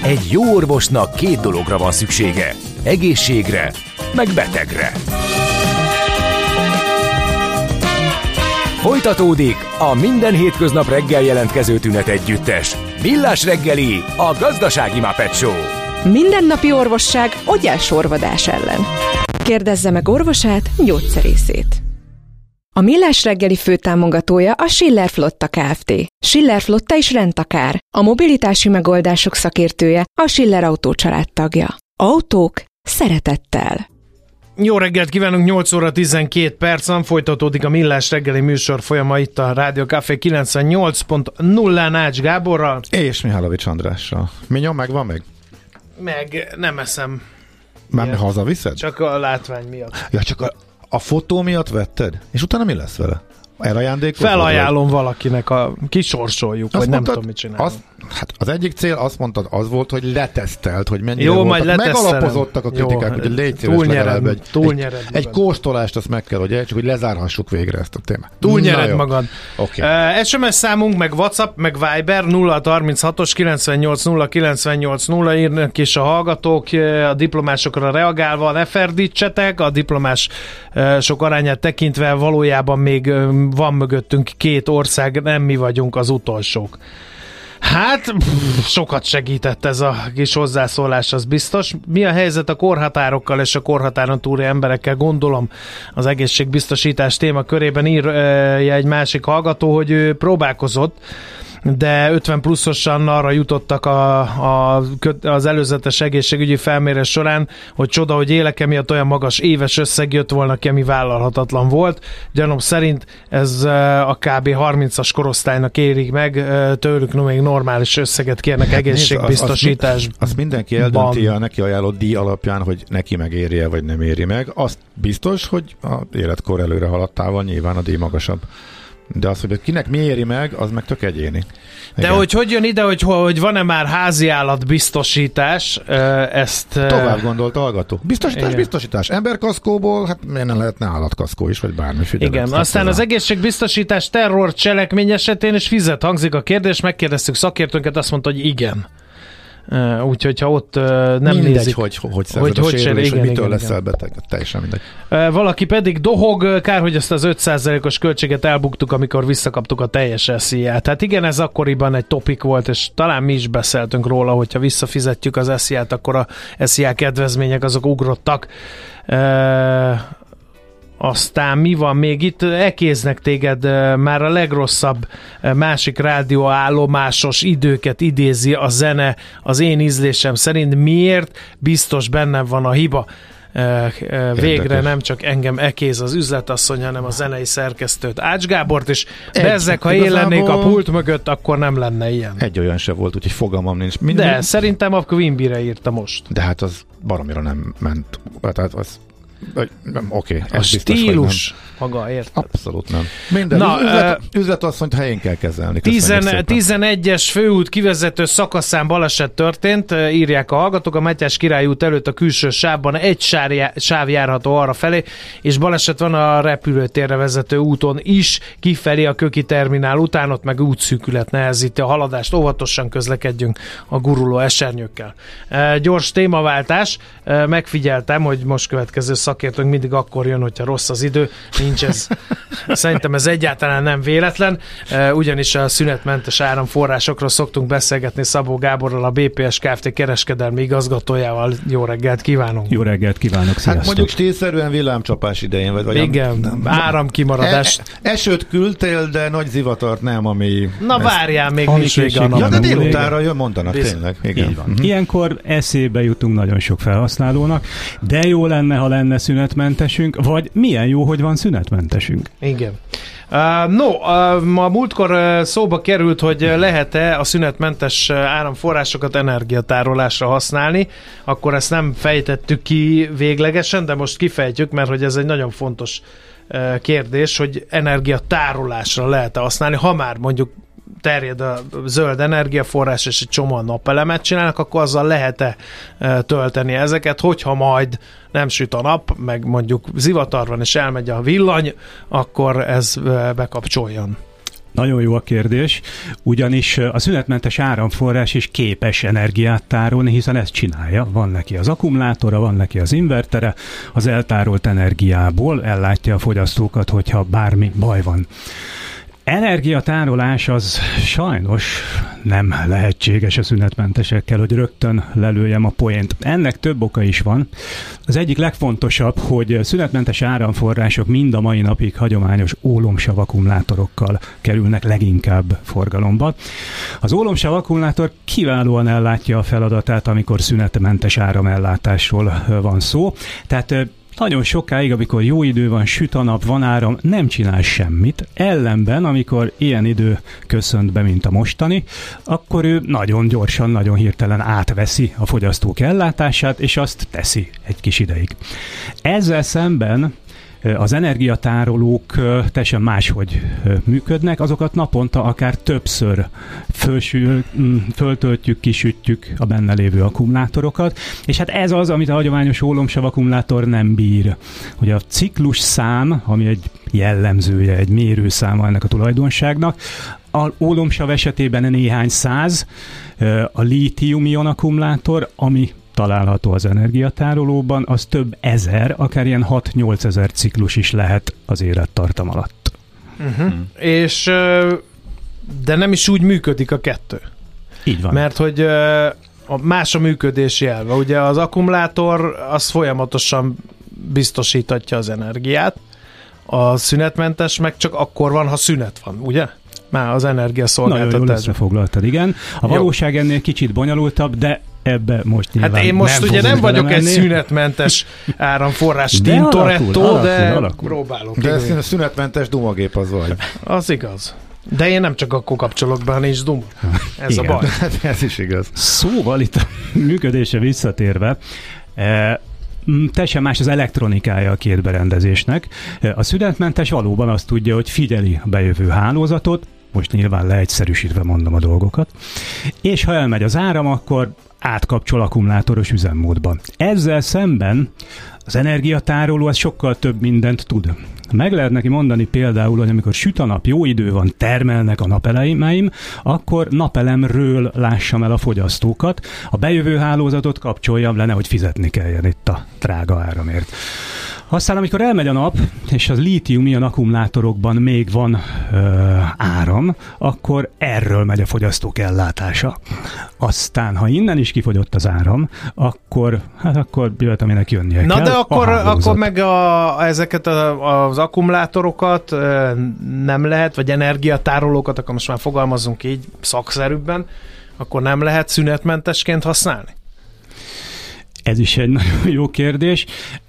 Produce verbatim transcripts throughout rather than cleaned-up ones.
Egy jó orvosnak két dologra van szüksége. Egészségre, meg betegre. Folytatódik a minden hétköznap reggel jelentkező tünet együttes. Millás reggeli, a gazdasági Muppet Show. Mindennapi orvosság ogyásorvadás ellen. Kérdezze meg orvosát, gyógyszerészét. A Millás reggeli főtámogatója a Schiller Flotta Kft. Schiller Flotta is rendtakár, a mobilitási megoldások szakértője, a Schiller Autó család tagja. Autók szeretettel. Jó reggelt kívánunk, nyolc óra tizenkét percen folytatódik a Millás reggeli műsor folyama itt a Rádió Café kilencvennyolc pont nullán Ács Gáborral. És Mihálovics Andrással. Mignon megvan meg? Meg nem eszem. Már mi hazaviszed? Csak a látvány miatt. Ja, csak a, a fotó miatt vetted? És utána mi lesz vele? Elajándékot? Felajánlom vagy? Valakinek, a kisorsoljuk, azt vagy mondtad, nem tudom, mit csinálni. Az, hát az egyik cél, azt mondtad, az volt, hogy letesztelt, hogy mennyire jó, voltak. Majd megalapozottak a kritikák, hogy légy szíves legalább egy, egy, egy kóstolást, azt meg kell, hogy csak hogy lezárhassuk végre ezt a témát. Túlnyered magad. Okay. Uh, es em es számunk, meg WhatsApp, meg Viber nulla harminchatos kilencvennyolc nulla kilencvennyolc nulla írnak is a hallgatók, a diplomásokra reagálva, ne ferdítsetek, a diplomások arányát tekintve valójában még van mögöttünk két ország, nem mi vagyunk az utolsók. Hát, pff, sokat segített ez a kis hozzászólás, az biztos. Mi a helyzet a korhatárokkal és a korhatáron túli emberekkel? Gondolom az egészségbiztosítás témakörében ír e, egy másik hallgató, hogy ő próbálkozott, de ötven pluszosan arra jutottak a, a, az előzetes egészségügyi felmérés során, hogy csoda, hogy élek, miatt olyan magas éves összeg jött volna ki, ami vállalhatatlan volt. Gyanom szerint ez a kb. harmincas korosztálynak érik meg, tőlük no, még normális összeget kérnek egészségbiztosításban. Azt, azt, azt mindenki eldönti a neki ajánlott díj alapján, hogy neki megéri-e, vagy nem éri meg. Azt biztos, hogy az életkor előre haladtával nyilván a díj magasabb. De az, hogy kinek mi éri meg, az meg tök egyéni. De igen. hogy hogy jön ide, hogy, hogy van-e már házi állat biztosítás, ezt... Tovább gondolt hallgató. Biztosítás, igen. biztosítás. Emberkaszkóból, hát miért nem lehetne állatkaszkó is, vagy bármi. Figyelem, igen, aztán az egészségbiztosítás terror cselekmény esetén is fizet, hangzik a kérdés, megkérdeztük szakértőnket, azt mondta, hogy igen. Uh, úgyhogy ha ott uh, nem mindegy, nézik, hogy hogy szerzed hogy, a hogy sérülés, hogy mitől igen, leszel igen. beteg, teljesen mindegy. Uh, valaki pedig dohog, kár, hogy ezt az öt százalékos költséget elbuktuk, amikor visszakaptuk a teljes es i á-t. Hát igen, ez akkoriban egy topik volt, és talán mi is beszéltünk róla, hogyha visszafizetjük az es i á-t, akkor a es i á kedvezmények azok ugrottak. Uh, Aztán mi van még itt? Ekéznek téged, már a legrosszabb másik rádióállomásos időket idézi a zene az én ízlésem szerint. Miért? Biztos bennem van a hiba. Végre Érdekes. Nem csak engem ekéz az üzletasszony, hanem a zenei szerkesztőt, Ács Gábort is. De ezek, ha én lennék a pult mögött, akkor nem lenne ilyen. Egy olyan se volt, úgyhogy fogalmam nincs. Mind, De szerintem a Queen Bee-re írta most. De hát az baromira nem ment. Tehát az Oké, okay, a stílus maga, érted? Abszolút nem. Minden Na, üzlet, uh, üzletasszonyt helyén kell kezelni. tizenegyes főút kivezető szakaszán baleset történt, írják a hallgatók, a Mátyás Király út előtt a külső sávban egy sáv járható arra felé, és baleset van a repülőtérre vezető úton is, kifelé a Köki terminál után, ott meg útszűkület nehezíti a haladást, óvatosan közlekedjünk a guruló esernyőkkel. Uh, gyors témaváltás, uh, megfigyeltem, hogy most következő szakértőnk mindig akkor jön, hogyha rossz az idő. Nincs ez. Szerintem ez egyáltalán nem véletlen, ugyanis a szünetmentes áramforrásokról szoktunk beszélgetni Szabó Gáborral, a bé pé es Kft. Kereskedelmi igazgatójával. Jó reggelt kívánunk! Jó reggelt kívánok, sziasztok! Hát mondjuk stílszerűen villámcsapás idején, vagy, vagy igen, nem, áramkimaradás. E, esőt küldtél, de nagy zivatart nem, ami... Na várjál, még nincs vége a nap. Ja, de délutánra jön, mondanak, Biz... tényleg. Igen. Így van. Uh-huh. Ilyenkor eszébe jutunk nagyon sok felhasználónak, de jó lenne, ha lenne szünetmentesünk, vagy milyen jó, hogy van szünetmentesünk. Igen. Uh, no, uh, ma múltkor uh, szóba került, hogy lehet-e a szünetmentes áramforrásokat energiatárolásra használni, akkor ezt nem fejtettük ki véglegesen, de most kifejtjük, mert hogy ez egy nagyon fontos uh, kérdés, hogy energiatárolásra lehet-e használni, ha már mondjuk terjed a zöld energiaforrás, és egy csomó napelemet csinálnak, akkor azzal lehet-e tölteni ezeket, hogyha majd nem süt a nap, meg mondjuk zivatar van, és elmegy a villany, akkor ez bekapcsoljon. Nagyon jó a kérdés, ugyanis a szünetmentes áramforrás is képes energiát tárolni, hiszen ezt csinálja. Van neki az akkumulátora, van neki az invertere, az eltárolt energiából ellátja a fogyasztókat, hogyha bármi baj van. Energiatárolás az sajnos nem lehetséges a szünetmentesekkel, hogy rögtön lelőjem a poént. Ennek több oka is van. Az egyik legfontosabb, hogy szünetmentes áramforrások mind a mai napig hagyományos ólomsav akkumulátorokkal kerülnek leginkább forgalomba. Az ólomsav akkumulátor kiválóan ellátja a feladatát, amikor szünetmentes áramellátásról van szó. Tehát nagyon sokáig, amikor jó idő van, süt a nap, van áram, nem csinál semmit. Ellenben, amikor ilyen idő köszönt be, mint a mostani, akkor ő nagyon gyorsan, nagyon hirtelen átveszi a fogyasztók ellátását, és azt teszi egy kis ideig. Ezzel szemben az energiatárolók teljesen máshogy működnek, azokat naponta akár többször fölsül, föltöltjük, kisütjük a benne lévő akkumulátorokat, és hát ez az, amit a hagyományos ólomsav akkumulátor nem bír. Ugye a ciklus szám, ami egy jellemzője, egy mérőszáma ennek a tulajdonságnak, a ólomsav esetében néhány száz, a lítium-ion akkumulátor, ami található az energiatárolóban, az több ezer, akár ilyen hat-nyolc ezer ciklus is lehet az élettartam alatt. Uh-huh. Hmm. És de nem is úgy működik a kettő. Így van. Mert hogy a más a működési elve. Ugye az akkumulátor az folyamatosan biztosítatja az energiát, a szünetmentes meg csak akkor van, ha szünet van, ugye? Már az energiaszolgáltatás. Nagyon jól összefoglaltad, igen. A valóság Jó. ennél kicsit bonyolultabb, de ebbe most nyilván Hát én most nem ugye nem vagyok belemenni. Egy szünetmentes áramforrás Tintoretto, de alakul. próbálok. De ez szünetmentes dumagép az vagy. Az igaz. De én nem csak akkor kapcsolok be, hanem is dum. Ez Igen. a baj. Hát ez is igaz. Szóval itt a működése visszatérve, e, teljesen más az elektronikája a két berendezésnek. A szünetmentes valóban azt tudja, hogy figyeli a bejövő hálózatot, most nyilván leegyszerűsítve mondom a dolgokat, és ha elmegy az áram, akkor átkapcsol akkumulátoros üzemmódba. Ezzel szemben az energiatároló az sokkal több mindent tud. Meg lehet neki mondani például, hogy amikor süt a nap, jó idő van, termelnek a napelemeim, akkor napelemről lássam el a fogyasztókat, a bejövő hálózatot kapcsoljam le, nehogy fizetni kelljen itt a drága áramért. Aztán, amikor elmegy a nap, és az lítium-ion akkumulátorokban még van ö, áram, akkor erről megy a fogyasztók ellátása. Aztán, ha innen is kifogyott az áram, akkor, hát akkor jöhet, aminek jönnie Na kell. de akkor, akkor meg a, ezeket a, az akkumulátorokat nem lehet, vagy energiatárolókat, akkor most már fogalmazunk így szakszerűbben, akkor nem lehet szünetmentesként használni? Ez is egy nagyon jó kérdés.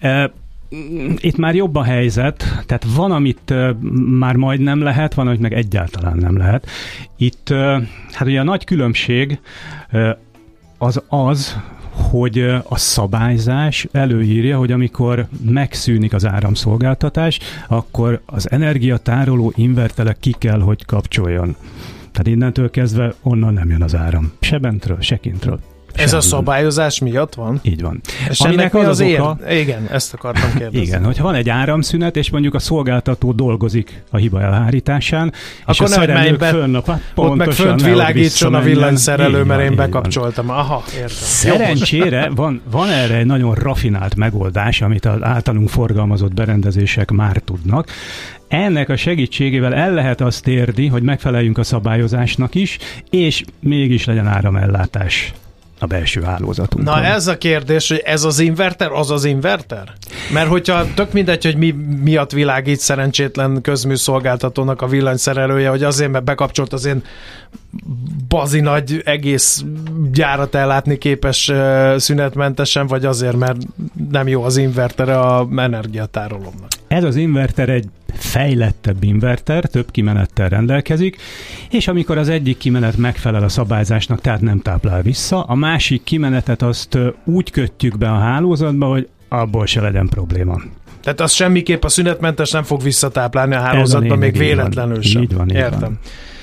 Itt már jobb a helyzet, tehát van, amit uh, már majd nem lehet, van, amit meg egyáltalán nem lehet. Itt uh, hát ugye a nagy különbség uh, az az, hogy uh, a szabályzás előírja, hogy amikor megszűnik az áramszolgáltatás, akkor az energiatároló invertelek ki kell, hogy kapcsoljon. Tehát innentől kezdve onnan nem jön az áram. Se bentről, se kintről. Ez a szabályozás miatt van? Így van. És ennek mi az, az ér... oka? Igen, ezt akartam kérdezni. Igen, hogyha van egy áramszünet, és mondjuk a szolgáltató dolgozik a hiba elhárításán, és akkor a szerelők be... fönnap, ott meg fönt világítson a villanyszerelő, mert én bekapcsoltam. Aha, értem. Szerencsére van, van erre egy nagyon rafinált megoldás, amit az általunk forgalmazott berendezések már tudnak. Ennek a segítségével el lehet azt érni, hogy megfeleljünk a szabályozásnak is, és mégis legyen áramellátás a belső hálózatunkon. Na ez a kérdés, hogy ez az inverter, az az inverter? Mert hogyha tök mindegy, hogy mi miatt világít szerencsétlen közműszolgáltatónak a villanyszerelője, hogy azért, mert bekapcsolt az én bazi nagy egész gyárat ellátni képes uh, szünetmentesen, vagy azért, mert nem jó az invertere a energiatárolónak. Ez az inverter egy fejlettebb inverter, több kimenettel rendelkezik, és amikor az egyik kimenet megfelel a szabályzásnak, tehát nem táplál vissza, a másik kimenetet azt úgy kötjük be a hálózatba, hogy abból se legyen probléma. Tehát az semmiképp a szünetmentes nem fog visszatáplálni a hálózatba, még véletlenül sem. Így van, így Értem. Van.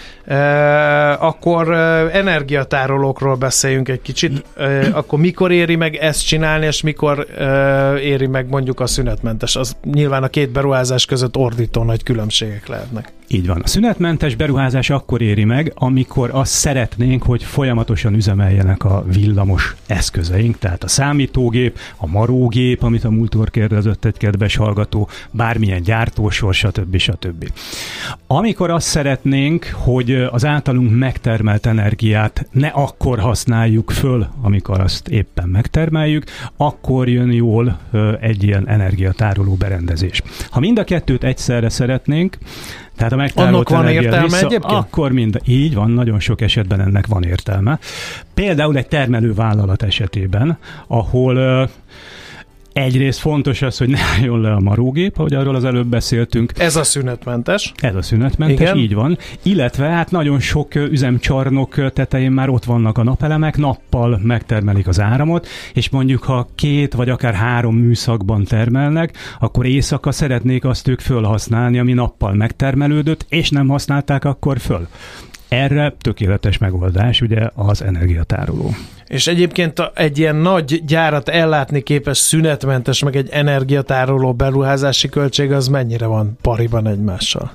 Uh, akkor uh, energiatárolókról beszéljünk egy kicsit. Uh, akkor mikor éri meg ezt csinálni, és mikor uh, éri meg mondjuk a szünetmentes? Az nyilván a két beruházás között ordító nagy különbségek lehetnek. Így van. A szünetmentes beruházás akkor éri meg, amikor azt szeretnénk, hogy folyamatosan üzemeljenek a villamos eszközeink, tehát a számítógép, a marógép, amit a múltkor kérdezett egy kedves hallgató, bármilyen gyártósor, stb. stb. Amikor azt szeretnénk, hogy az általunk megtermelt energiát ne akkor használjuk föl, amikor azt éppen megtermeljük, akkor jön jól egy ilyen energiatároló berendezés. Ha mind a kettőt egyszerre szeretnénk, tehát a megtárolt van energia értelme vissza, egyébként? akkor mind, így van, nagyon sok esetben ennek van értelme. Például egy termelővállalat esetében, ahol uh, egyrészt fontos az, hogy ne álljon le a marógép, ahogy arról az előbb beszéltünk. Ez a szünetmentes. Ez a szünetmentes, igen. Így van. Illetve hát nagyon sok üzemcsarnok tetején már ott vannak a napelemek, nappal megtermelik az áramot, és mondjuk ha két vagy akár három műszakban termelnek, akkor éjszaka szeretnék azt ők fölhasználni, ami nappal megtermelődött, és nem használták akkor föl. Erre tökéletes megoldás ugye az energiatároló. És egyébként egy ilyen nagy gyárat ellátni képes szünetmentes, meg egy energiatároló beruházási költség az mennyire van pariban egymással?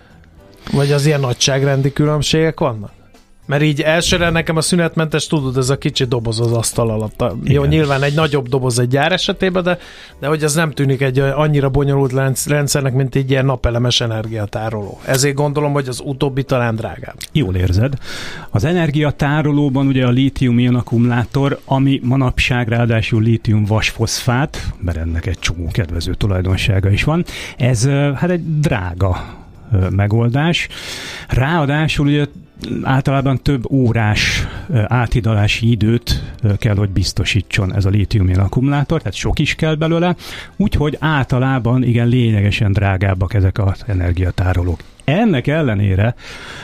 Vagy az ilyen nagyságrendi különbségek vannak? Mert így elsőre nekem a szünetmentes, tudod, ez a kicsi doboz az asztal alatt. Jó, nyilván egy nagyobb doboz egy gyár esetében, de, de hogy az nem tűnik egy annyira bonyolult rendszernek, mint egy ilyen napelemes energiatároló. Ezért gondolom, hogy az utóbbi talán drágább. Jól érzed. Az energiatárolóban ugye a lítium-ion akkumulátor, ami manapság ráadásul lítium vasfoszfát, mert ennek egy csomó kedvező tulajdonsága is van. Ez hát egy drága megoldás. Ráadásul ugye általában több órás áthidalási időt kell, hogy biztosítson ez a lítium-ion akkumulátor, tehát sok is kell belőle, úgyhogy általában igen lényegesen drágábbak ezek az energiatárolók. Ennek ellenére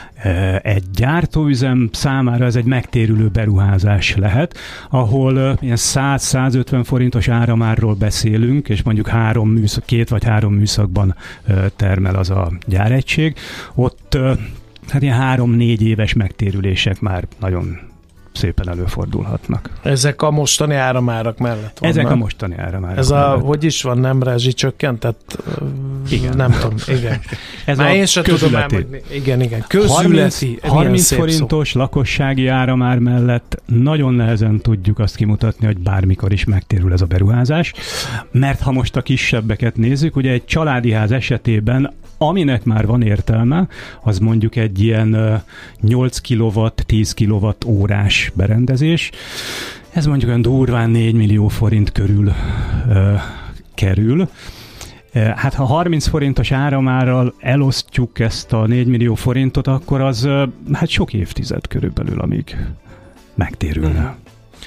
egy gyártóüzem számára ez egy megtérülő beruházás lehet, ahol ilyen száz-százötven forintos áramárról beszélünk, és mondjuk három műszak, két vagy három műszakban termel az a gyáregység. Ott hát ilyen három-négy éves megtérülések már nagyon szépen előfordulhatnak. Ezek a mostani áramárak mellett vannak. Ezek a mostani áramárak Ez mellett. a, hogy is van, nem rezsicsökkentett? Igen. Nem tudom, igen. Ez már a én sem tudom ám, hogy igen, igen. Közületi. harminc forintos szó. Lakossági áramár mellett nagyon nehezen tudjuk azt kimutatni, hogy bármikor is megtérül ez a beruházás, mert ha most a kisebbeket nézzük, ugye egy családi ház esetében aminek már van értelme, az mondjuk egy ilyen nyolc kilowatt, tíz kilowatt órás berendezés. Ez mondjuk olyan durván négy millió forint körül ö, kerül. Hát ha harminc forintos áramárral elosztjuk ezt a négy millió forintot, akkor az hát sok évtized körülbelül, amíg megtérülne. Mm.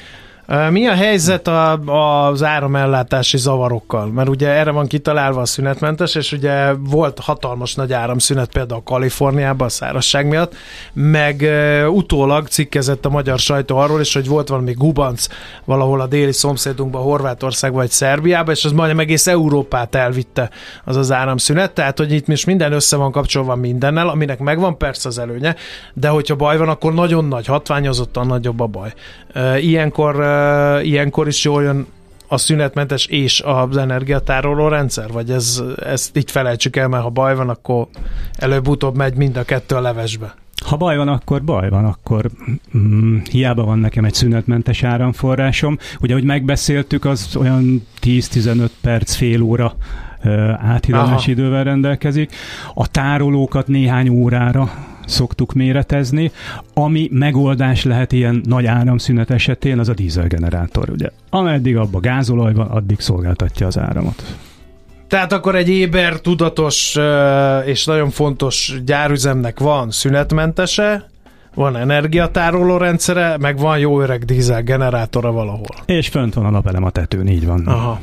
Mi a helyzet a, az áramellátási zavarokkal? Mert ugye erre van kitalálva a szünetmentes, és ugye volt hatalmas nagy áramszünet például Kaliforniában a szárazság miatt, meg uh, utólag cikkezett a magyar sajtó arról is, hogy volt valami gubanc valahol a déli szomszédunkban, Horvátországban vagy Szerbiában, és az majdnem egész Európát elvitte az az áramszünet, tehát hogy itt most minden össze van kapcsolva mindennel, aminek megvan persze az előnye, de hogyha baj van, akkor nagyon nagy, hatványozottan nagyobb a baj. Uh, ilyenkor uh, Uh, ilyenkor is jól jön a szünetmentes és az energiatároló rendszer? Vagy ez, ezt így felejtsük el, mert ha baj van, akkor előbb-utóbb megy mind a kettő a levesbe? Ha baj van, akkor baj van, akkor mm, hiába van nekem egy szünetmentes áramforrásom. Ugye, ahogy megbeszéltük, az olyan tíz-tizenöt perc, fél óra uh, áthidalási idővel rendelkezik. A tárolókat néhány órára szoktuk méretezni. Ami megoldás lehet ilyen nagy áramszünet esetén, az a dízelgenerátor. Ugye. Ameddig abban gázolaj van, addig szolgáltatja az áramot. Tehát akkor egy éber, tudatos és nagyon fontos gyárüzemnek van szünetmentese, van energiatároló rendszere, meg van jó öreg dízelgenerátora valahol. És fönt van a napelem a tetőn, így van. Aha.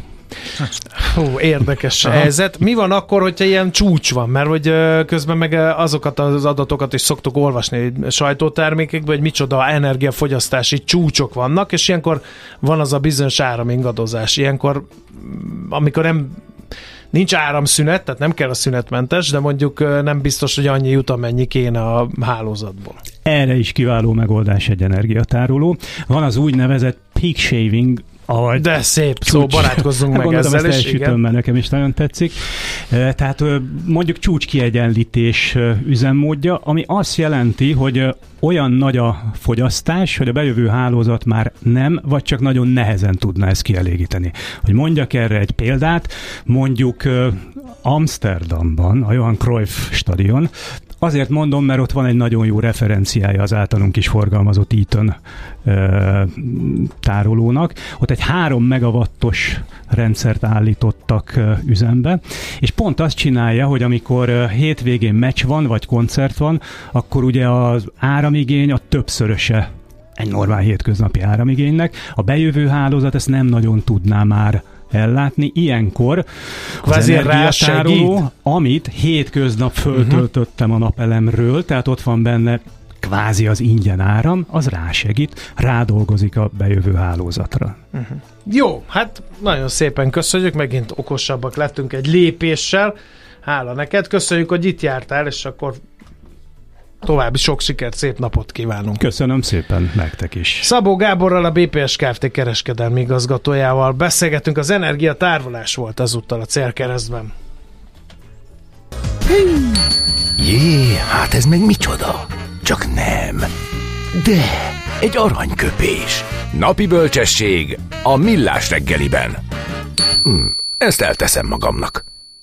Hú, érdekes Aha. helyzet. Mi van akkor, hogyha ilyen csúcs van? Mert hogy közben meg azokat az adatokat is szoktuk olvasni sajtótermékekben, hogy micsoda energiafogyasztási csúcsok vannak, és ilyenkor van az a bizonyos áramingadozás. Ilyenkor, amikor nem nincs áramszünet, tehát nem kell a szünetmentes, de mondjuk nem biztos, hogy annyi jut, amennyi kéne a hálózatból. Erre is kiváló megoldás egy energiatároló. Van az úgynevezett peak shaving Ahogy de szép szó, szóval barátkozzunk meg gondoltam, ezzel. Ezt elsütöm, mert nekem is nagyon tetszik. Tehát mondjuk csúcskiegyenlítés üzemmódja, ami azt jelenti, hogy olyan nagy a fogyasztás, hogy a bejövő hálózat már nem, vagy csak nagyon nehezen tudná ezt kielégíteni. Hogy mondjak erre egy példát, mondjuk Amsterdamban, a Johan Cruyff stadion, azért mondom, mert ott van egy nagyon jó referenciája az általunk is forgalmazott Eaton e, tárolónak. Ott egy három megawattos rendszert állítottak e, üzembe, és pont azt csinálja, hogy amikor e, hétvégén meccs van, vagy koncert van, akkor ugye az áramigény a többszöröse egy normál hétköznapi áramigénynek. A bejövő hálózat ezt nem nagyon tudná már ellátni. Ilyenkor az energiatároló, amit hétköznap föltöltöttem a napelemről, tehát ott van benne kvázi az ingyen áram, az rásegít, rádolgozik a bejövő hálózatra. Uh-huh. Jó, hát nagyon szépen köszönjük, megint okosabbak lettünk egy lépéssel. Hála neked, köszönjük, hogy itt jártál, és akkor további sok sikert, szép napot kívánunk. Köszönöm szépen nektek is. Szabó Gáborral, a bé pé es Kft. Kereskedelmi igazgatójával beszélgetünk, az energiatárolás volt ezúttal a célkeresztben. Jé, hát ez meg micsoda? Csak nem. De, egy aranyköpés. Napi bölcsesség a Millás reggeliben. Hm, ezt elteszem magamnak.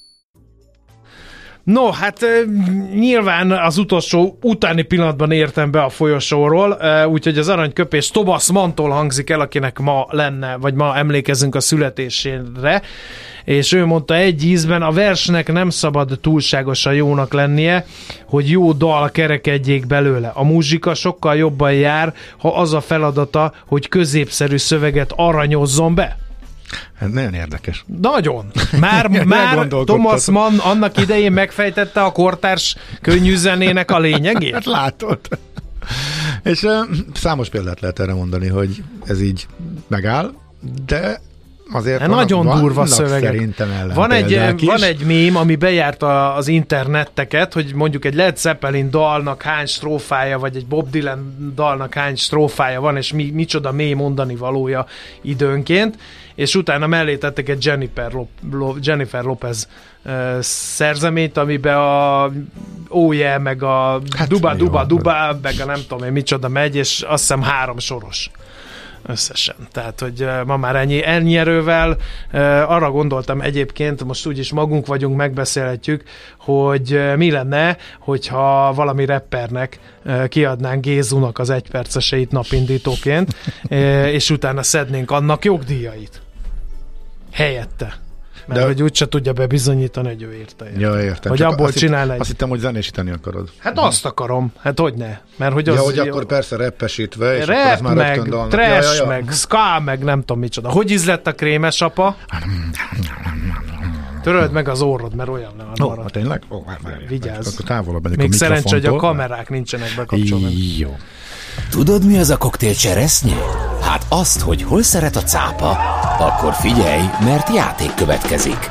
No, hát nyilván az utolsó utáni pillanatban értem be a folyosóról, úgyhogy az aranyköpés Thomas Manntól hangzik el, akinek ma lenne, vagy ma emlékezünk a születésére, és ő mondta egy ízben, a versnek nem szabad túlságosan jónak lennie, hogy jó dal kerekedjék belőle. A muzsika sokkal jobban jár, ha az a feladata, hogy középszerű szöveget aranyozzon be. Ez nagyon érdekes. Nagyon. Már, már Thomas Mann annak idején megfejtette a kortárs könnyű zenének a lényegét? Hát látod. És uh, számos példát lehet erre mondani, hogy ez így megáll, de azért van, nagyon van, durva szövegek. Van egy, van egy mém, ami bejárt a, az internetteket, hogy mondjuk egy Led Zeppelin dalnak hány strófája, vagy egy Bob Dylan dalnak hány strófája van, és mi, micsoda mély mondani valója időnként, és utána mellé tettek egy Jennifer, Lo- Jennifer Lopez uh, szerzeményt, amiben a Oh Yeah, meg a hát Duba Duba jó, Duba, meg a nem tudom én micsoda megy, és azt hiszem három soros összesen. Tehát, hogy ma már ennyi, ennyi erővel arra gondoltam egyébként, most úgyis magunk vagyunk, megbeszélhetjük, hogy mi lenne, hogyha valami rappernek kiadnánk Gézunak az egyperceseit napindítóként, és utána szednénk annak jogdíjait. Helyette. Mert de hogy úgyse tudja bebizonyítani, hogy ő írta. Ja, értem. Hogy csak abból azt csinál hitt, egy... Azt hittem, hogy zenésíteni akarod. Hát uh-huh. azt akarom. Hát hogy ne? Mert hogy az... Ja, hogy akkor persze rappesítve, és rap, akkor az már meg rögtön dalnak. trash, ja, ja, ja. meg ska, meg nem tudom micsoda. Hogy ízlett a krémes apa? Töröld meg az orrod, mert olyan nem Ó, marad. oh, tényleg? Ó, oh, vigyázz. Akkor távolabb menjünk még a szerencsé, hogy a kamerák nincsenek bekapcsolva. Jó. Tudod, mi az a koktél cseresznye? Hát azt, hogy hol szeret a cápa, akkor figyelj, mert játék következik.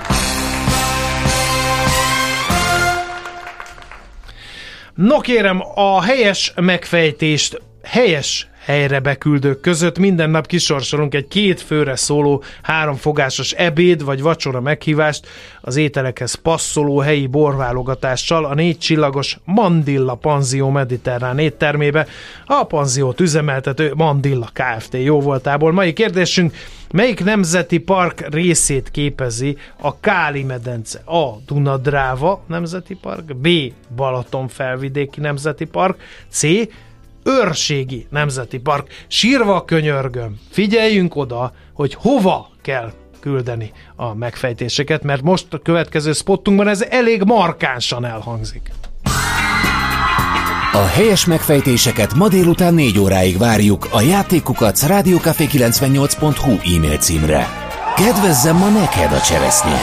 No kérem, a helyes megfejtést helyes helyre beküldők között minden nap kisorsolunk egy két főre szóló háromfogásos ebéd vagy vacsora meghívást az ételekhez passzoló helyi borválogatással a négy csillagos Mandilla Panzió mediterrán éttermébe, a panziót üzemeltető Mandilla Kft. Jóvoltából. Mai kérdésünk, melyik nemzeti park részét képezi a Káli-medence? A. Dunadráva Nemzeti Park, B. Balatonfelvidéki Nemzeti Park, C. Őrségi Nemzeti Park. Sírva könyörgöm, figyeljünk oda, hogy hova kell küldeni a megfejtéseket, mert most a következő spottunkban ez elég markánsan elhangzik. A helyes megfejtéseket ma délután négy óráig várjuk a játékukac rádiókafé kilencvennyolc pont hu e-mail címre. Kedvezzem ma neked a cseresznye!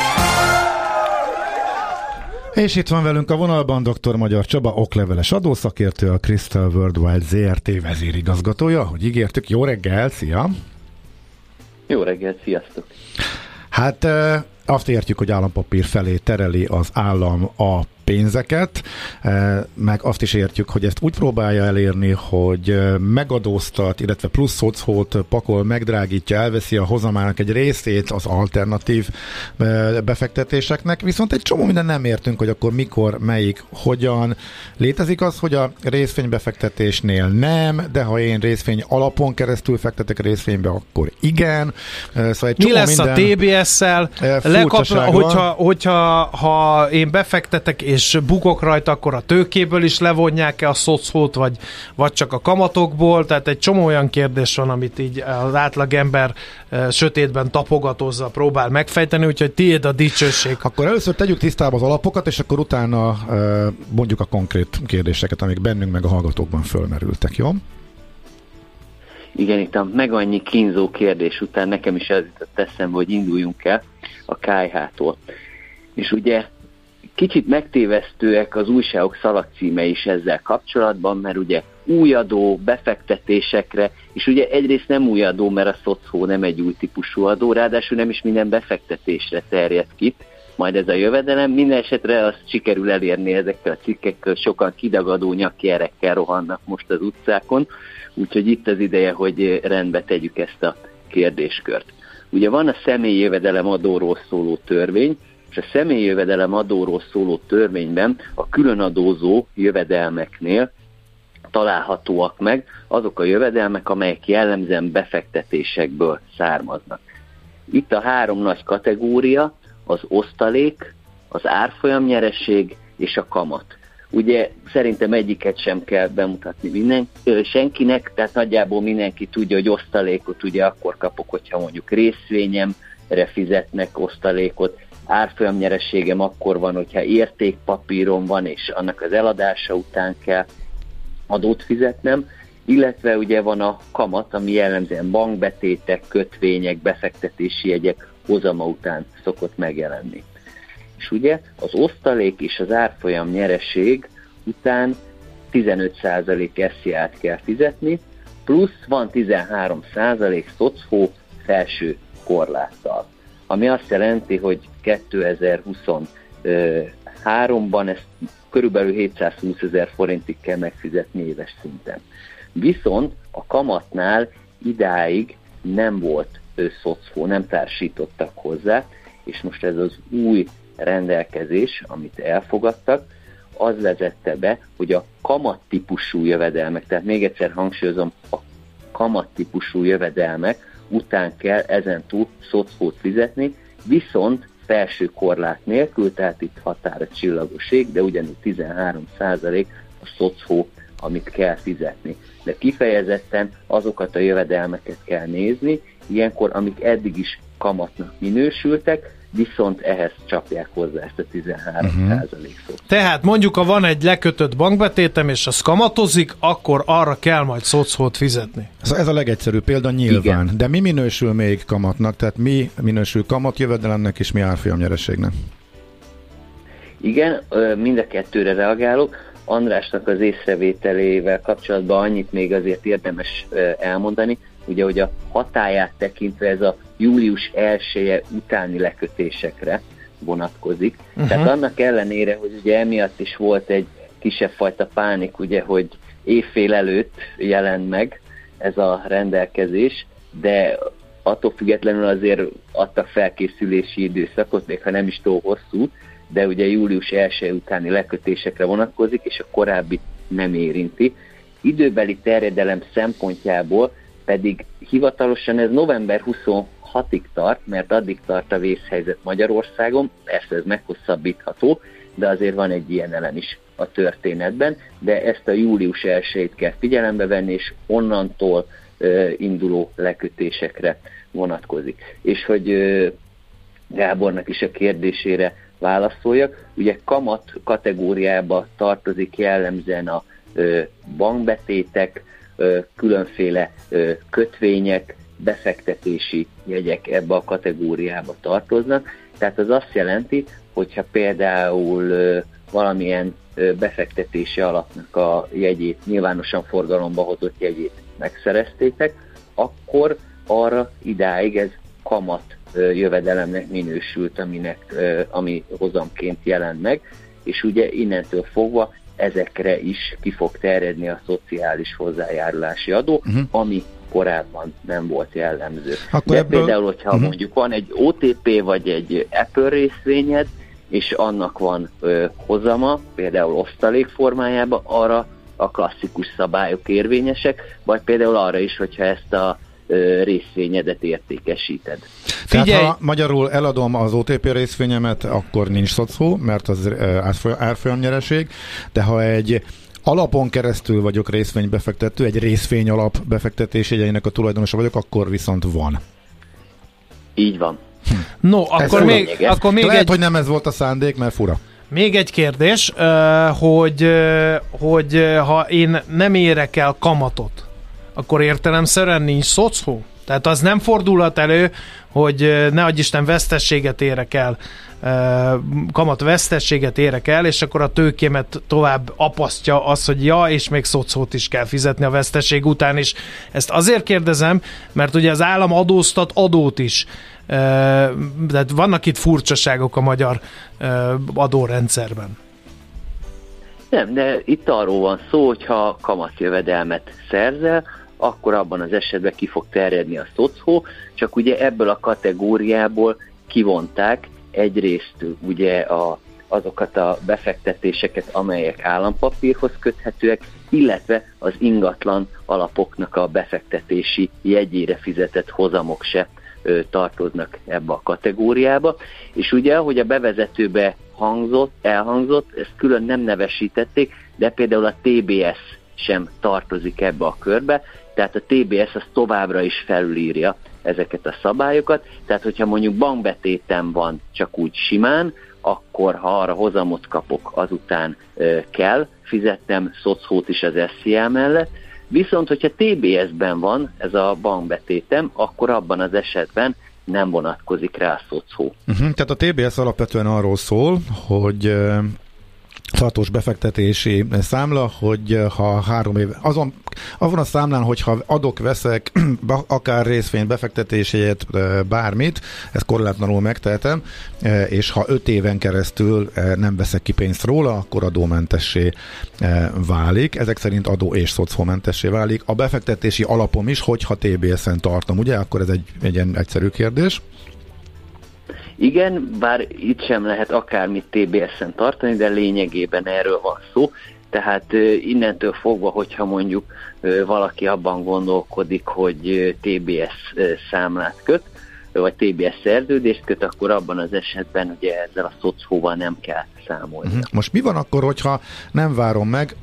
És itt van velünk a vonalban dr. Magyar Csaba, okleveles adószakértő, a Crystal Worldwide zé er té vezérigazgatója. Hogy ígértük, jó reggel, szia! Jó reggel, sziasztok! Hát azt értjük, hogy állampapír felé tereli az állam a pénzeket, meg azt is értjük, hogy ezt úgy próbálja elérni, hogy megadóztat, illetve plusz szocót pakol, megdrágítja, elveszi a hozamának egy részét az alternatív befektetéseknek, viszont egy csomó minden nem értünk, hogy akkor mikor, melyik, hogyan. Létezik az, hogy a részvénybefektetésnél nem, de ha én részvény alapon keresztül fektetek részvénybe, akkor igen. Szóval egy Mi csomó lesz minden a té bé es-szel? Lekapla, hogyha, hogyha ha én befektetek és bukok rajta, akkor a tőkéből is levonják-e a szocót, vagy, vagy csak a kamatokból? Tehát egy csomó olyan kérdés van, amit így az átlagember e, sötétben tapogatózza, próbál megfejteni, úgyhogy tiéd a dicsőség. Akkor először tegyük tisztába az alapokat, és akkor utána e, mondjuk a konkrét kérdéseket, amik bennünk meg a hallgatókban fölmerültek, jó? Igen, itt a meg annyi kínzó kérdés után nekem is az jutott eszembe, hogy induljunk el a ká há tól. És ugye kicsit megtévesztőek az újságok szalagcíme is ezzel kapcsolatban, mert ugye új adó befektetésekre, és ugye egyrészt nem új adó, mert a szocó nem egy új típusú adó, ráadásul nem is minden befektetésre terjed ki, majd ez a jövedelem. Minden esetre azt sikerül elérni ezekkel a cikkekkel, sokan kidagadó nyakierekkel rohannak most az utcákon, úgyhogy itt az ideje, hogy rendbe tegyük ezt a kérdéskört. Ugye van a személyi jövedelem adóról szóló törvény, és a személyi jövedelem adóról szóló törvényben a különadózó jövedelmeknél találhatóak meg azok a jövedelmek, amelyek jellemzően befektetésekből származnak. Itt a három nagy kategória, az osztalék, az árfolyamnyereség és a kamat. Ugye szerintem egyiket sem kell bemutatni minden, senkinek, tehát nagyjából mindenki tudja, hogy osztalékot ugye akkor kapok, hogyha mondjuk részvényemre fizetnek osztalékot, árfolyamnyerességem akkor van, hogyha értékpapírom van, és annak az eladása után kell adót fizetnem, illetve ugye van a kamat, ami jellemzően bankbetétek, kötvények, befektetési jegyek hozama után szokott megjelenni. És ugye az osztalék és az árfolyam nyereség után tizenöt százalék es zé á-t kell fizetni, plusz van tizenhárom százalék szocó felső korláttal. Ami azt jelenti, hogy kétezer-huszonháromban ezt körülbelül hétszázhúszezer forintig kell megfizetni éves szinten. Viszont a kamatnál idáig nem volt szocó, nem társítottak hozzá, és most ez az új rendelkezés, amit elfogadtak, az vezette be, hogy a kamattípusú jövedelmek, tehát még egyszer hangsúlyozom, a kamattípusú jövedelmek után kell ezentúl szocót fizetni, viszont felső korlát nélkül, tehát itt határa csillagoség, de ugyanúgy tizenhárom százalék a szocó, amit kell fizetni. De kifejezetten azokat a jövedelmeket kell nézni, ilyenkor, amik eddig is kamatnak minősültek, viszont ehhez csapják hozzá ezt a tizenhárom százalék uh-huh. szocót. Tehát mondjuk, ha van egy lekötött bankbetétem, és az kamatozik, akkor arra kell majd szocót fizetni. Ez a legegyszerűbb példa nyilván. Igen. De mi minősül még kamatnak? Tehát mi minősül kamatjövedelemnek és mi árfolyamnyereségnek? Igen, mind a kettőre reagálok. Andrásnak az észrevételével kapcsolatban annyit még azért érdemes elmondani, ugye, hogy a hatályát tekintve ez a július elseje utáni lekötésekre vonatkozik. Uh-huh. Tehát annak ellenére, hogy ugye emiatt is volt egy kisebb fajta pánik, ugye, hogy évfél előtt jelent meg ez a rendelkezés, de attól függetlenül azért adtak felkészülési időszakot, még ha nem is túl hosszú, de ugye július elseje utáni lekötésekre vonatkozik, és a korábbi nem érinti. Időbeli terjedelem szempontjából pedig hivatalosan ez november huszonhatodikáig tart, mert addig tart a vészhelyzet Magyarországon, persze ez meghosszabbítható, de azért van egy ilyen elem is a történetben, de ezt a július elsejét kell figyelembe venni, és onnantól uh, induló lekötésekre vonatkozik. És hogy uh, Gábornak is a kérdésére válaszoljak, ugye kamat kategóriába tartozik jellemzően a uh, bankbetétek, különféle kötvények, befektetési jegyek ebbe a kategóriába tartoznak. Tehát az azt jelenti, hogyha például valamilyen befektetési alapnak a jegyét, nyilvánosan forgalomba hozott jegyét megszereztétek, akkor arra idáig ez kamat jövedelemnek minősült, aminek, ami hozamként jelent meg, és ugye innentől fogva ezekre is ki fog terjedni a szociális hozzájárulási adó, uh-huh. ami korábban nem volt jellemző. Akkor De ebből... például, hogyha uh-huh. mondjuk van egy o té pé vagy egy Apple részvényed, és annak van ö, hozama, például osztalék formájában, arra a klasszikus szabályok érvényesek, vagy például arra is, hogyha ezt a ö, részvényedet értékesíted. Tehát Figyelj. Ha magyarul eladom az o té pé részvényemet, akkor nincs szocó, mert az árfolyamnyereség, de ha egy alapon keresztül vagyok részvénybefektető, egy részvény alap befektetési jegyeinek a tulajdonosa vagyok, akkor viszont van. Így van. Hm. No, akkor még, akkor még Lehet, egy... hogy nem ez volt a szándék, mert fura. Még egy kérdés, hogy, hogy ha én nem érek el kamatot, akkor értelemszerűen nincs szocó? Tehát az nem fordulhat elő, hogy ne adj Isten vesztességet érek el, kamat vesztességet érek el, és akkor a tőkémet tovább apasztja az, hogy ja, és még szocót is kell fizetni a vesztesség után is. Ezt azért kérdezem, mert ugye az állam adóztat adót is. Tehát vannak itt furcsaságok a magyar adórendszerben. Nem, de itt arról van szó, hogyha kamatjövedelmet szerzel, akkor abban az esetben ki fog terjedni a szocó, csak ugye ebből a kategóriából kivonták egyrészt ugye a, azokat a befektetéseket, amelyek állampapírhoz köthetőek, illetve az ingatlan alapoknak a befektetési jegyére fizetett hozamok se ö, tartoznak ebbe a kategóriába. És ugye, ahogy a bevezetőbe hangzott, elhangzott, ezt külön nem nevesítették, de például a té bé es sem tartozik ebbe a körbe, tehát a té bé es az továbbra is felülírja ezeket a szabályokat, tehát hogyha mondjuk bankbetétem van csak úgy simán, akkor ha arra hozamot kapok, azután ö, kell fizetnem szocót is az es zé á mellett, viszont hogyha té bé es-ben van ez a bankbetétem, akkor abban az esetben nem vonatkozik rá a szocó. Uh-huh, tehát a té bé es alapvetően arról szól, hogy tartós befektetési számla, hogy ha három év, azon, azon a számlán, hogyha adok, veszek, akár részvényt, befektetéséért, bármit, ezt korlátlanul megtehetem, és ha öt éven keresztül nem veszek ki pénzt róla, akkor adómentessé válik. Ezek szerint adó és szocómentessé válik. A befektetési alapom is, hogyha té bé es-en tartom, ugye? Akkor ez egy, egy ilyen egyszerű kérdés. Igen, bár itt sem lehet akármit té bé es-en tartani, de lényegében erről van szó. Tehát innentől fogva, hogyha mondjuk valaki abban gondolkodik, hogy té bé es számlát köt, vagy té bé es szerződést köt, akkor abban az esetben ugye ezzel a szocóval nem kell számolni. Most mi van akkor, hogyha nem várom meg?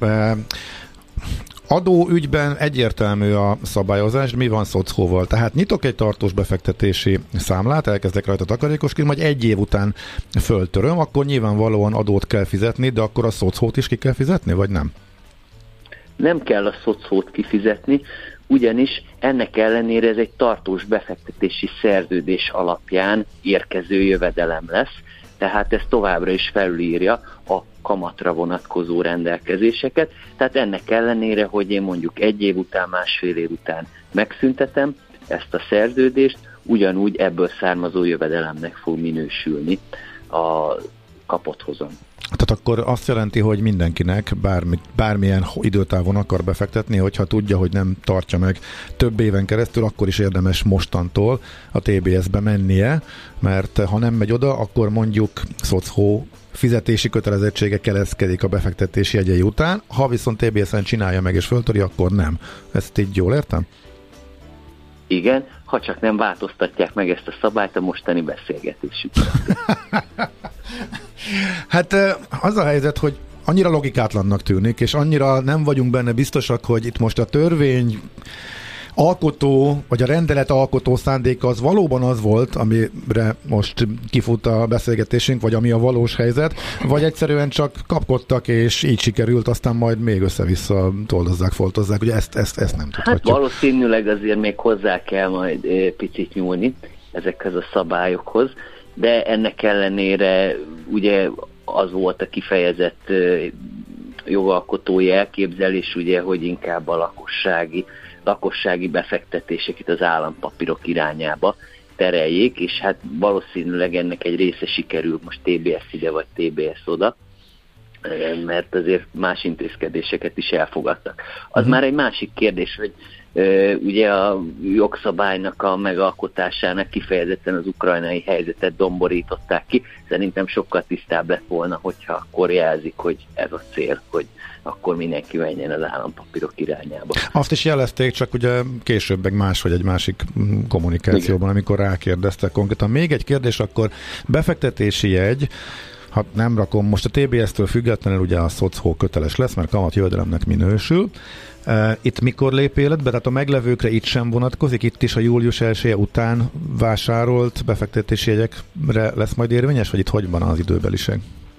Adóügyben egyértelmű a szabályozás, mi van szocóval? Tehát nyitok egy tartós befektetési számlát, elkezdek rajta takarékoskodni, majd egy év után föltöröm, akkor nyilvánvalóan adót kell fizetni, de akkor a szocót is ki kell fizetni, vagy nem? Nem kell a szocót kifizetni, ugyanis ennek ellenére ez egy tartós befektetési szerződés alapján érkező jövedelem lesz, tehát ez továbbra is felülírja a kamatra vonatkozó rendelkezéseket, tehát ennek ellenére, hogy én mondjuk egy év után, másfél év után megszüntetem ezt a szerződést, ugyanúgy ebből származó jövedelemnek fog minősülni a kapott hozam. Tehát akkor azt jelenti, hogy mindenkinek bármi, bármilyen időtávon akar befektetni, hogyha tudja, hogy nem tartja meg több éven keresztül, akkor is érdemes mostantól a té bé es-be mennie, mert ha nem megy oda, akkor mondjuk szocó fizetési kötelezettsége keletkezik a befektetési jegyei után, ha viszont té bé es-en csinálja meg és föltöri, akkor nem. Ezt így jól értem? Igen, ha csak nem változtatják meg ezt a szabályt a mostani beszélgetésükben. Hát az a helyzet, hogy annyira logikátlannak tűnik, és annyira nem vagyunk benne biztosak, hogy itt most a törvény alkotó, vagy a rendelet alkotó szándéka az valóban az volt, amire most kifut a beszélgetésünk, vagy ami a valós helyzet, vagy egyszerűen csak kapkodtak, és így sikerült, aztán majd még össze-vissza toldozzák, foltozzák. Ugye ezt, ezt, ezt nem tudhatjuk. Hát valószínűleg azért még hozzá kell majd picit nyúlni ezekhez a szabályokhoz, de ennek ellenére ugye az volt a kifejezett jogalkotói elképzelés, ugye, hogy inkább a lakossági, lakossági befektetéseket az állampapírok irányába tereljék, és hát valószínűleg ennek egy része sikerül most té bé es ide vagy té bé es oda, mert azért más intézkedéseket is elfogadtak. Az uh-huh. már egy másik kérdés, hogy ugye a jogszabálynak a megalkotásának kifejezetten az ukrajnai helyzetet domborították ki. Szerintem sokkal tisztább lett volna, hogyha akkor jelzik, hogy ez a cél, hogy akkor mindenki menjen az állampapírok irányába. Azt is jelezték, csak ugye később meg más, vagy egy másik kommunikációban, igen, amikor rákérdeztek konkrétan. Még egy kérdés, akkor befektetési jegy, ha nem rakom, most a té bé es-től függetlenül ugye a szocó köteles lesz, mert kamat jövedelemnek minősül. Uh, itt mikor lép életbe? Tehát a meglevőkre itt sem vonatkozik, itt is a július elsője után vásárolt befektetési jegyekre lesz majd érvényes, vagy itt hogy van az időbeliség?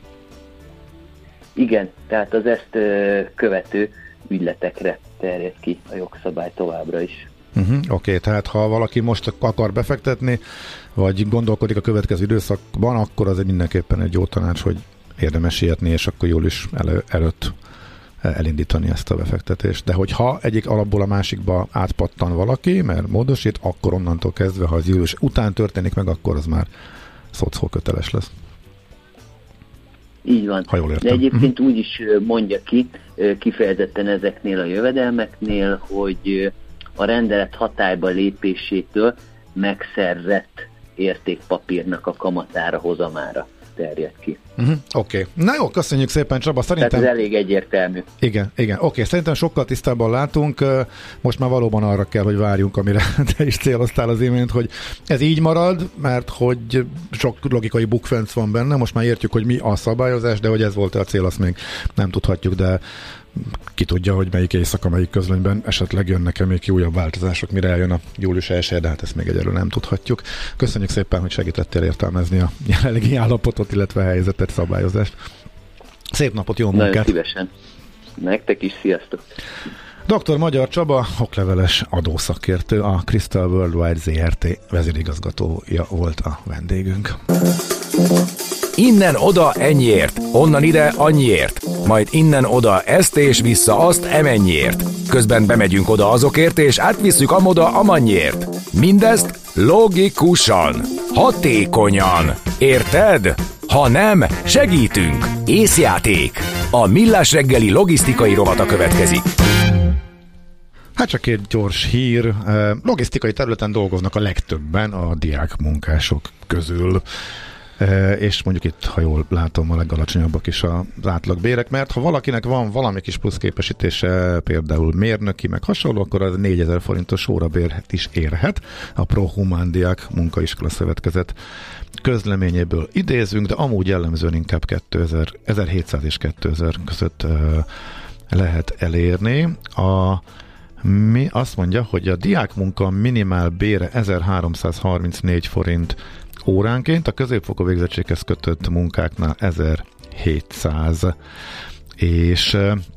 Igen, tehát az ezt uh, követő ügyletekre terjed ki a jogszabály továbbra is. Uh-huh, Oké, okay, tehát ha valaki most akar befektetni, vagy gondolkodik a következő időszakban, akkor az egy mindenképpen egy jó tanács, hogy érdemes sietni, és akkor július elő, előtt elindítani ezt a befektetést. De hogyha egyik alapból a másikba átpattan valaki, mert módosít, akkor onnantól kezdve, ha az július után történik meg, akkor az már szocó köteles lesz. Így van. Ha jól értem. De egyébként uh-huh. úgy is mondja ki, kifejezetten ezeknél a jövedelmeknél, hogy a rendelet hatályba lépésétől megszerzett értékpapírnak a kamatára, hozamára terjed ki. Uh-huh. Oké. Okay. Na jó, köszönjük szépen, Csaba. Szerintem... Tehát ez elég egyértelmű. Igen, igen. Oké, okay. Szerintem sokkal tisztábban látunk. Most már valóban arra kell, hogy várjunk, amire te is céloztál az imént, hogy ez így marad, mert hogy sok logikai bukfenc van benne. Most már értjük, hogy mi a szabályozás, de hogy ez volt a cél, azt még nem tudhatjuk, de ki tudja, hogy melyik éjszaka, melyik közlönyben esetleg jönnek-e még ki újabb változások, mire eljön a július elsője, de hát ezt még egyelőre nem tudhatjuk. Köszönjük szépen, hogy segítettél értelmezni a jelenlegi állapotot, illetve a helyzetet, szabályozást. Szép napot, jó munkát! Nagyon szívesen. Nektek is, sziasztok! doktor Magyar Csaba, okleveles adószakértő, a Crystal Worldwide zé er té vezérigazgatója volt a vendégünk. Innen oda ennyiért, onnan ide annyiért, majd innen oda ezt és vissza azt emennyiért. Közben bemegyünk oda azokért és átvisszük amoda amannyiért. Mindezt logikusan, hatékonyan. Érted? Ha nem, segítünk. Észjáték. A Millás reggeli logisztikai rovata következik. Hát csak egy gyors hír. Logisztikai területen dolgoznak a legtöbben a diák munkások közül. És mondjuk itt, ha jól látom, a legalacsonyabbak is az átlagbérek, mert ha valakinek van valami kis pluszképesítése, például mérnöki, meg hasonló, akkor az négyezer forintos órabérhet is érhet. A ProHuman Diák Munkaiskola Szövetkezet közleményéből idézünk, de amúgy jellemzően inkább kétezer, ezerhétszáz és kétezer között lehet elérni. A mi azt mondja, hogy a diákmunka minimál bére ezerháromszázharmincnégy forint óránként, a középfokú végzettséghez kötött munkáknál ezerhétszáz, és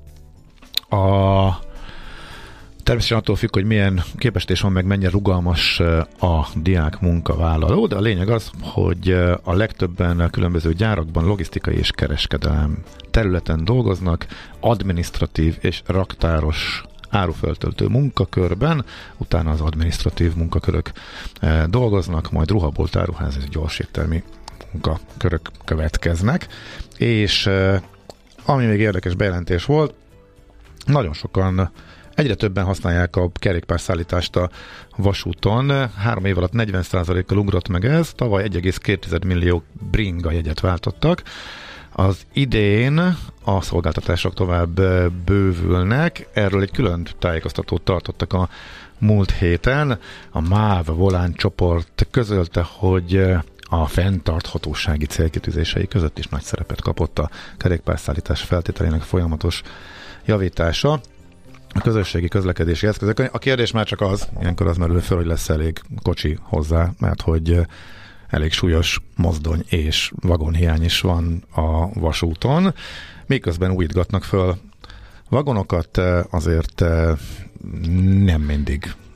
a természetesen attól függ, hogy milyen képesítés van, meg mennyire rugalmas a diák munkavállaló, de a lényeg az, hogy a legtöbben a különböző gyárakban logisztikai és kereskedelem területen dolgoznak, adminisztratív és raktáros áruföltöltő munkakörben, utána az adminisztratív munkakörök e, dolgoznak, majd ruhabolt, áruház és gyorségtermi munkakörök következnek, és e, ami még érdekes bejelentés volt, nagyon sokan, egyre többen használják a kerékpárszállítást a vasúton, három év alatt negyven százalékkal ugrott meg ez, tavaly egy egész két millió bringa jegyet váltottak. Az idén a szolgáltatások tovább bővülnek, erről egy külön tájékoztatót tartottak a múlt héten. A MÁV Volán csoport közölte, hogy a fenntarthatósági célkitűzései között is nagy szerepet kapott a kerékpárszállítás feltételének folyamatos javítása a közösségi közlekedési eszközök. A kérdés már csak az, ilyenkor az merül föl, hogy lesz elég kocsi hozzá, mert hogy elég súlyos mozdony és vagonhiány is van a vasúton. Miközben újítgatnak föl vagonokat, azért nem mindig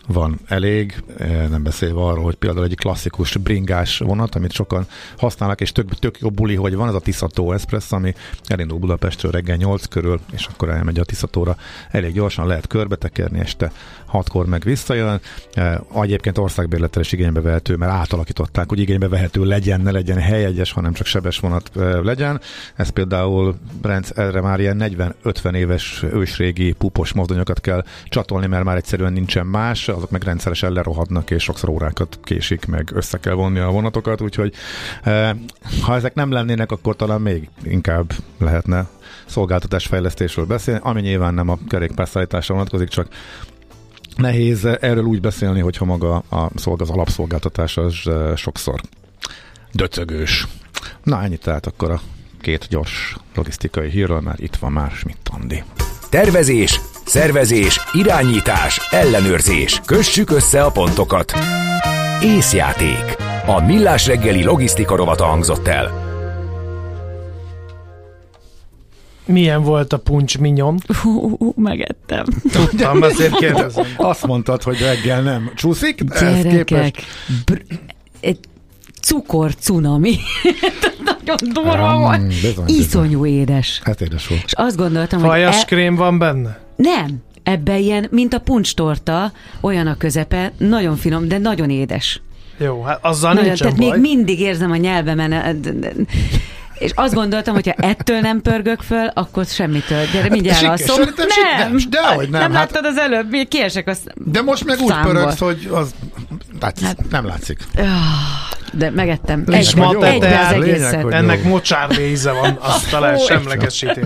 van elég, nem beszélve arról, hogy például egy klasszikus bringás vonat, amit sokan használnak, és tök, tök jó buli, hogy van, ez a Tiszató Express, ami elindul Budapestről reggel nyolc körül, és akkor elmegy a Tiszatóra. Elég gyorsan lehet körbetekerni, este hatkor meg visszajön. Egyébként országbérlettel is igénybe vehető, mert átalakították, hogy igénybe vehető legyen, ne legyen helyegyes, hanem csak sebes vonat legyen. Ez például erre már ilyen negyven-ötven éves ősrégi pupos mozdonyokat kell csatolni, mert már egyszerűen nincsen más, azok meg rendszeresen lerohadnak, és sokszor órákat késik, meg össze kell vonni a vonatokat, úgyhogy ha ezek nem lennének, akkor talán még inkább lehetne szolgáltatásfejlesztésről beszélni, ami nyilván nem a kerékpárszállításra vonatkozik, csak nehéz erről úgy beszélni, hogyha maga a szolg, az alapszolgáltatás az sokszor döcögős. Na, ennyit tehát akkor a két gyors logisztikai hírről, mert itt van már Schmidt Andi. Tervezés, szervezés, irányítás, ellenőrzés. Kössük össze a pontokat. Észjáték. A Millás reggeli logisztika rovata hangzott el. Milyen volt a puncs mignon? Hú, uh, uh, megettem. Tudtam, azért kérdezem. Azt mondtad, hogy reggel nem csúszik? Gyerekek, br- egy cukor cunami. Nagyon durva um, volt. Bizony, Iszonyú bizony. édes. Hát édes volt. És azt gondoltam, Fajas hogy... E- krém van benne? Nem. Ebben ilyen, mint a puncstorta, olyan a közepe, nagyon finom, de nagyon édes. Jó, hát azzal nagyon, nincsen tehát baj. még mindig érzem a nyelvemen, és azt gondoltam, hogyha ettől nem pörgök föl, akkor semmitől. Gyere, mindjárt alszom. Nem, nem, dehogy nem. Nem hát, láttad az előbb, kiesek a de most meg úgy számból. pörögsz, hogy az hát, hát, nem látszik. De megettem. És Egybe, ma te egybe az lényeg, egészet. hogy- Ennek mocsárlé íze van, azt talán semlegesíti.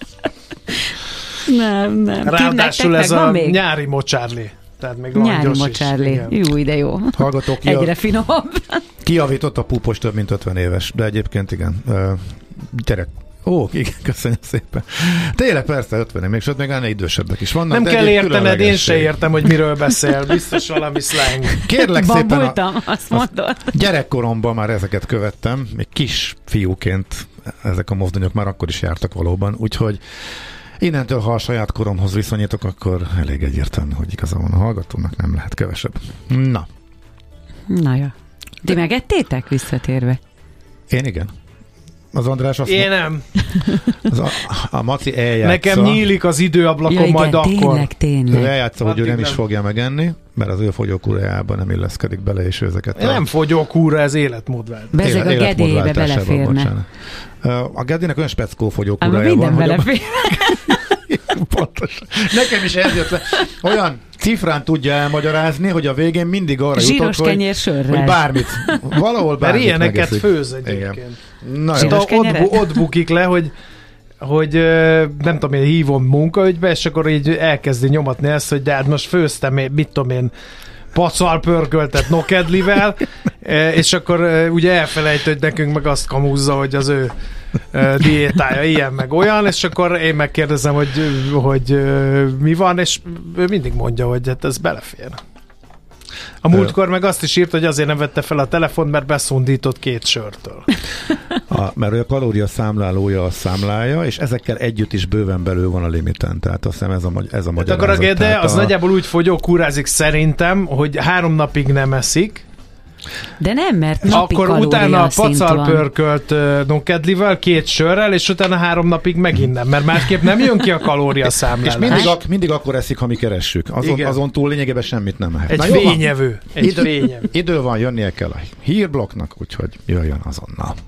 Nem, nem. Ráadásul ez van a még? nyári mocsárlé. Tehát még Nyári langyos is. mocsárlé. Igen. Jó, de jó. Hallgatók, ki Egyre finomabb. kijavított a púpos több mint ötven éves, de egyébként igen. Uh, gyerek. Ó, igen, köszönöm szépen. Tényleg persze ötven, még sőt, még ennél idősebbek is vannak. Nem de kell egy értened, én se különlegesség. értem, hogy miről beszél. Biztos valami slang. Kérlek szépen, a, Bambultam, azt mondod. gyerekkoromban már ezeket követtem, még kis fiúként ezek a mozdonyok már akkor is jártak valóban, úgyhogy innentől, ha a saját koromhoz viszonyítok, akkor elég egyértelmű, hogy igaza van a hallgatónak, nem lehet kevesebb. Na. Na ja. Ti megettétek visszatérve? Én igen. Az András azt Én nem. az a, a Maci eljátsza. Nekem nyílik az időablakon, Ja, igen, majd akkor. tényleg, Ő tényleg. eljátsza, hogy ő Addig nem is nem. fogja megenni, mert az ő fogyókúrájában nem illeszkedik bele, és ő ezeket Én nem fogyókúra, ez életmódvált. Bezeg a gedélybe életmódváltásában, beleférne. bocsánat. A Gedének olyan speckó Ám fogyókúrája minden van, hogy a... belefér. Pontosan. Nekem is ez jött le. Olyan cifrán tudja elmagyarázni, hogy a végén mindig arra Zsíros jutott, hogy, kenyér sörrel. hogy bármit, valahol Mert bármit ilyeneket megeszik. főz Igen. egyébként. Na jó. Zsíros Ott, kenyeret? ott, ott bukik le, hogy hogy ö, nem tudom, én hívom munkaügybe, és akkor így elkezdi nyomatni ezt, hogy de hát most főztem, én, mit tudom én, pacal pörköltet nokedlivel, és akkor ö, ugye elfelejt, hogy nekünk meg azt kamúzza, hogy az ő ö, diétája ilyen meg olyan, és akkor én megkérdezem, hogy, hogy ö, mi van, és ő mindig mondja, hogy hát ez belefér. A múltkor meg azt is írt, hogy azért nem vette fel a telefon, mert beszundított két sörtől. A, mert a kalória számlálója a számlája, és ezekkel együtt is bőven belül van a limiten, tehát azt hiszem ez a, ez a De magyarázat. akkor a Gede Tehát az a, nagyjából úgy fogyókúrázik szerintem, hogy három napig nem eszik, De nem, mert napi akkor utána a kalóriaszint van. pacalpörkölt uh, nokedlivel, két sörrel, és utána három napig megint nem, mert másképp nem jön ki a kalóriaszámlálás. és mindig, ak, mindig akkor eszik, ha mi keressük. Azon, Igen. azon túl lényegében semmit nem mehet. Egy Na, jó van. fényevő. Egy Idő, fényevő. idő van, jönnie kell a hírblokknak, úgyhogy jöjjön azonnal.